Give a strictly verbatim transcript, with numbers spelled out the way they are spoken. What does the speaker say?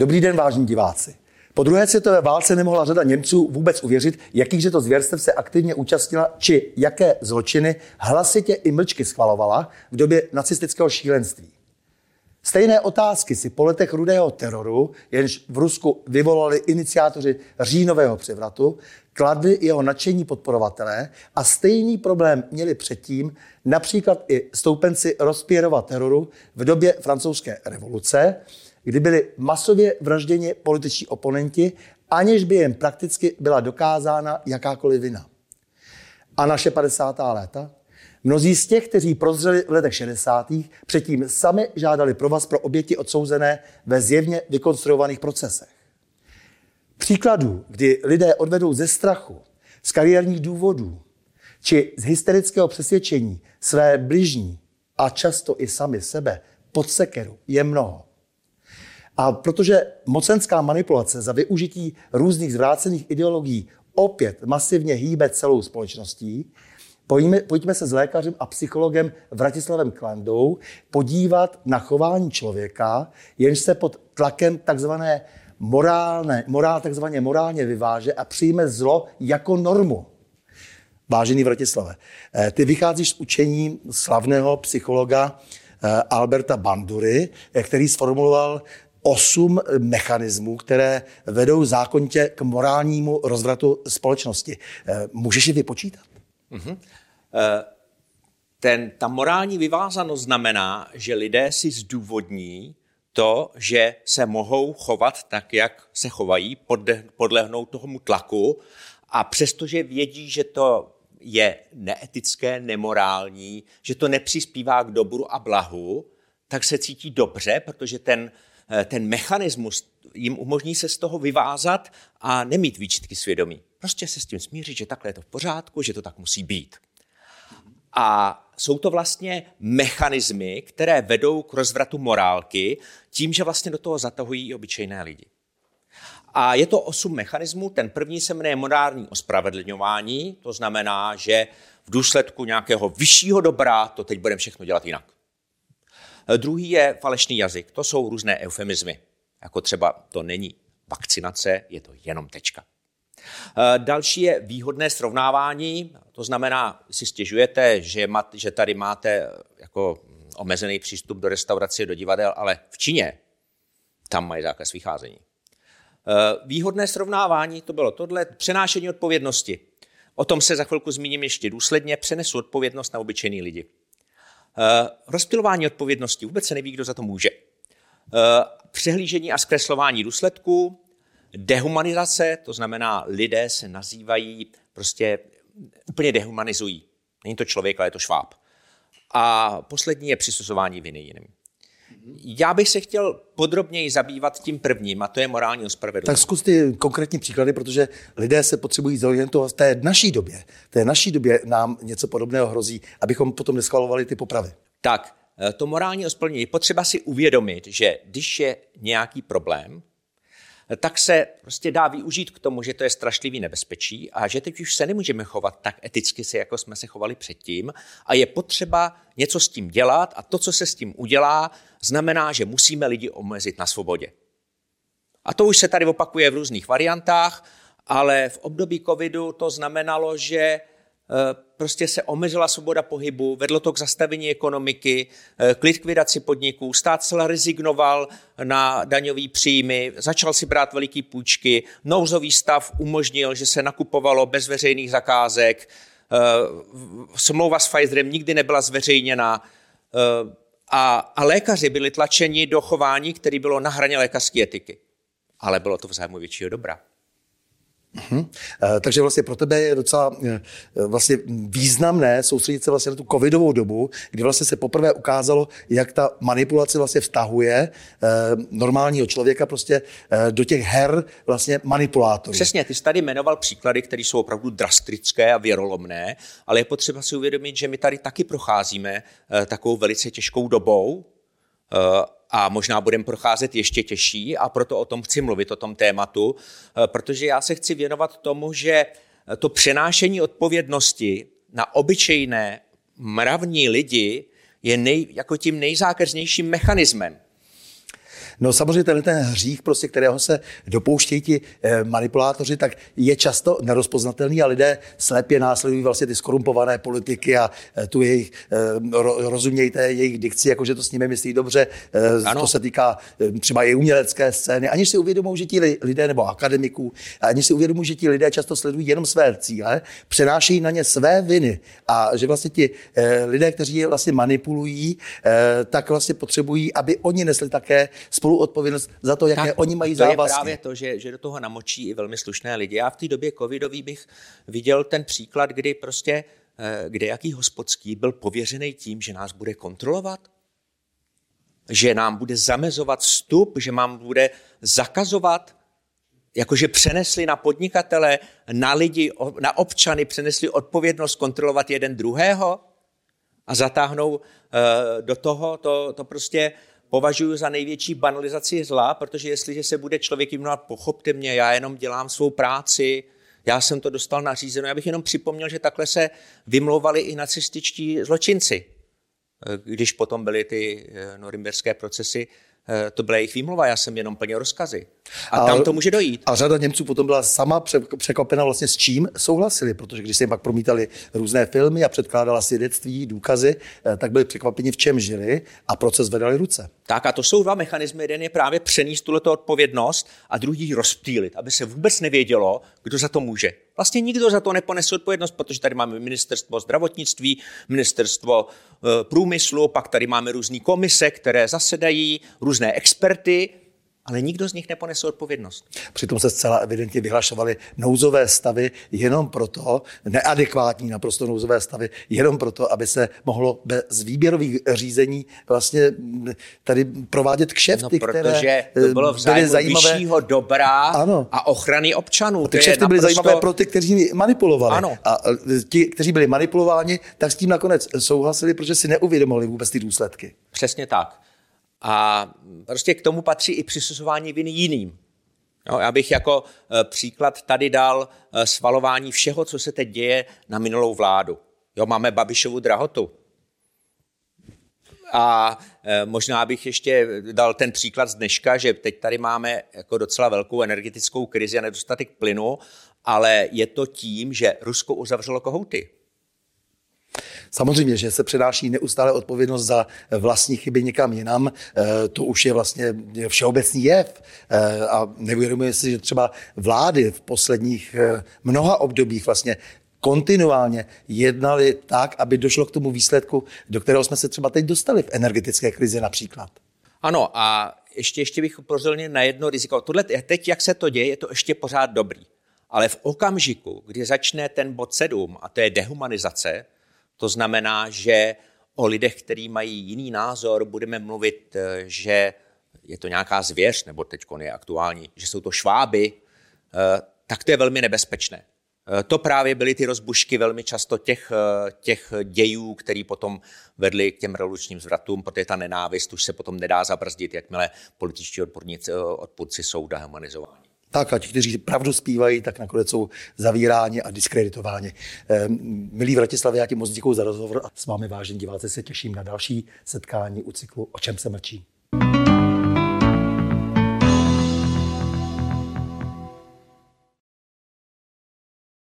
Dobrý den, vážení diváci. Po druhé světové válce nemohla řada Němců vůbec uvěřit, jakýchže to zvěrstev se aktivně účastnila, či jaké zločiny hlasitě i mlčky schvalovala v době nacistického šílenství. Stejné otázky si po letech rudého teroru, jenž v Rusku vyvolali iniciátoři říjnového převratu, kladli jeho nadšení podporovatelé a stejný problém měli předtím například i stoupenci Robespierrova teroru v době francouzské revoluce, kdy byli masově vražděni političtí oponenti, aniž by jim prakticky byla dokázána jakákoliv vina. A naše padesátá léta? Mnozí z těch, kteří prozřeli v letech šedesátých, předtím sami žádali provaz pro oběti odsouzené ve zjevně vykonstruovaných procesech. Příkladů, kdy lidé odvedou ze strachu, z kariérních důvodů či z hysterického přesvědčení své bližní a často i sami sebe pod sekeru, je mnoho. A protože mocenská manipulace za využití různých zvrácených ideologií opět masivně hýbe celou společností, pojďme, pojďme se s lékařem a psychologem Vratislavem Klandou podívat na chování člověka, jenž se pod tlakem takzvané morálně, morál, takzvaně morálně vyváže a přijme zlo jako normu. Vážený Vratislave, ty vycházíš z učení slavného psychologa Alberta Bandury, který sformuloval osm mechanismů, které vedou zákonitě k morálnímu rozvratu společnosti. Můžeš je vypočítat? Mm-hmm. Ten, ta morální vyvázanost znamená, že lidé si zdůvodní to, že se mohou chovat tak, jak se chovají, podlehnout tomu tlaku a přestože vědí, že to je neetické, nemorální, že to nepřispívá k dobru a blahu, tak se cítí dobře, protože ten, ten mechanismus jim umožní se z toho vyvázat a nemít výčitky svědomí. Prostě se s tím smířit, že takhle je to v pořádku, že to tak musí být. A jsou to vlastně mechanismy, které vedou k rozvratu morálky tím, že vlastně do toho zatahují i obyčejné lidi. A je to osm mechanismů. Ten první se jmenuje morální ospravedlňování, to znamená, že v důsledku nějakého vyššího dobra to teď budeme všechno dělat jinak. Druhý je falešný jazyk, to jsou různé eufemizmy, jako třeba to není vakcinace, je to jenom tečka. Další je výhodné srovnávání, to znamená, si stěžujete, že, mat, že tady máte jako omezený přístup do restaurace, do divadel, ale v Číně tam mají zákaz vycházení. Výhodné srovnávání, to bylo tohle, přenášení odpovědnosti. O tom se za chvilku zmíním ještě důsledně, přenesu odpovědnost na obyčejný lidi. Rozptylování odpovědnosti, vůbec se neví, kdo za to může. Přehlížení a zkreslování důsledků, dehumanizace, to znamená, lidé se nazývají, prostě úplně dehumanizují. Není to člověk, ale je to šváb. A poslední je přisuzování viny jiným. Já bych se chtěl podrobněji zabývat tím prvním, a to je morální ospravedlnění. Tak zkus ty konkrétní příklady, protože lidé se potřebují zorientovat v té naší době. V té naší době nám něco podobného hrozí, abychom potom neschvalovali ty popravy. Tak, to morální ospravedlnění je potřeba si uvědomit, že když je nějaký problém, tak se prostě dá využít k tomu, že to je strašlivý nebezpečí a že teď už se nemůžeme chovat tak eticky se, jako jsme se chovali předtím a je potřeba něco s tím dělat a to, co se s tím udělá, znamená, že musíme lidi omezit na svobodě. A to už se tady opakuje v různých variantách, ale v období covidu to znamenalo, že prostě se omezila svoboda pohybu, vedlo to k zastavení ekonomiky, k likvidaci podniků, stát celá rezignoval na daňové příjmy, začal si brát veliký půjčky, nouzový stav umožnil, že se nakupovalo bez veřejných zakázek, smlouva s Pfizerem nikdy nebyla zveřejněna a, a lékaři byli tlačeni do chování, které bylo na hraně lékařské etiky. Ale bylo to v zájmu většího dobra. Uhum. Takže vlastně pro tebe je docela vlastně významné soustředit se vlastně na tu covidovou dobu, kdy vlastně se poprvé ukázalo, jak ta manipulace vlastně vztahuje normálního člověka prostě do těch her vlastně manipulátorů. Přesně, ty jsi tady jmenoval příklady, které jsou opravdu drastické a věrolomné, ale je potřeba si uvědomit, že my tady taky procházíme takovou velice těžkou dobou, a možná budeme procházet ještě těžší a proto o tom chci mluvit, o tom tématu, protože já se chci věnovat tomu, že to přenášení odpovědnosti na obyčejné mravní lidi je nej, jako tím nejzákeřnějším mechanismem. No samozřejmě tenhle ten hřích, prostě, kterého se dopouštějí ti eh, manipulátoři, tak je často nerozpoznatelný a lidé slepě následují vlastně ty skorumpované politiky a eh, tu jejich, eh, ro, rozumějí té jejich dikci, jakože to s nimi myslí dobře. Eh, to se týká eh, třeba i umělecké scény, aniž si uvědomují, že ti lidé, nebo akademiků, aniž si uvědomují, že ti lidé často sledují jenom své cíle, přenášejí na ně své viny a že vlastně ti eh, lidé, kteří je vlastně manipulují, eh, tak vlastně potřebují, aby oni nesli také spoluodpovědnost za to, jaké tak, oni mají závazky. To je právě to, že, že do toho namočí i velmi slušné lidi. Já v té době covidový bych viděl ten příklad, kdy prostě kde jaký hospodský byl pověřený tím, že nás bude kontrolovat, že nám bude zamezovat vstup, že nám bude zakazovat, jakože přenesli na podnikatele, na lidi, na občany, přenesli odpovědnost kontrolovat jeden druhého a zatáhnou do toho, to, to prostě považuji za největší banalizaci zla, protože jestliže se bude člověk jmenovat, pochopte mě, já jenom dělám svou práci, já jsem to dostal nařízeno. Já bych jenom připomněl, že takhle se vymlouvali i nacističtí zločinci. Když potom byly ty norimberské procesy, to byla jejich výmluva, já jsem jenom plnil rozkazy. A, a tam to může dojít. A řada Němců potom byla sama překvapena vlastně s čím souhlasili, protože když se jim pak promítali různé filmy a předkládala svědectví, důkazy, tak byli překvapeni, v čem žili a proces zvedali ruce. Tak a to jsou dva mechanismy. Jeden je právě přenést tuhleto odpovědnost a druhý rozptýlit, aby se vůbec nevědělo, kdo za to může. Vlastně nikdo za to neponese odpovědnost, protože tady máme ministerstvo zdravotnictví, ministerstvo e, průmyslu, pak tady máme různé komise, které zasedají, různé experty, ale nikdo z nich neponese odpovědnost. Přitom se zcela evidentně vyhlašovaly nouzové stavy jenom proto, neadekvátní naprosto nouzové stavy, jenom proto, aby se mohlo bez výběrových řízení vlastně tady provádět kšefty, no, které protože to bylo v zájmu zajímavé... vyššího dobra ano. A ochrany občanů. A ty kšefty byly naprosto... zajímavé pro ty, kteří manipulovali. Ano. A ti, kteří byli manipulováni, tak s tím nakonec souhlasili, protože si neuvědomovali vůbec ty důsledky. Přesně tak. A prostě k tomu patří i přisuzování viny jiným. Jo, já bych jako e, příklad tady dal e, svalování všeho, co se teď děje na minulou vládu. Jo, máme Babišovu drahotu. A e, možná bych ještě dal ten příklad z dneška, že teď tady máme jako docela velkou energetickou krizi a nedostatek plynu, ale je to tím, že Rusko uzavřelo kohouty. Samozřejmě, že se přenáší neustále odpovědnost za vlastní chyby někam jinam. To už je vlastně všeobecný jev. A neuvědomuje si, že třeba vlády v posledních mnoha obdobích vlastně kontinuálně jednali tak, aby došlo k tomu výsledku, do kterého jsme se třeba teď dostali v energetické krizi například. Ano, a ještě, ještě bych upozornil na jedno riziko. Tohle teď, jak se to děje, je to ještě pořád dobrý. Ale v okamžiku, kdy začne ten bod sedm, a to je dehumanizace, to znamená, že o lidech, kteří mají jiný názor, budeme mluvit, že je to nějaká zvěř, nebo teď je aktuální, že jsou to šváby, tak to je velmi nebezpečné. To právě byly ty rozbušky velmi často těch, těch dějů, které potom vedly k těm revolučním zvratům, protože ta nenávist už se potom nedá zabrzdit, jakmile političtí odporníci, odpůrci jsou dehumanizováni. Tak a ti, kteří pravdu zpívají, tak nakonec jsou zavíráni a diskreditováni. Milí Vratislavi, já ti moc děkuju za rozhovor a s vámi, vážení diváci, se těším na další setkání u cyklu O čem se mlčí.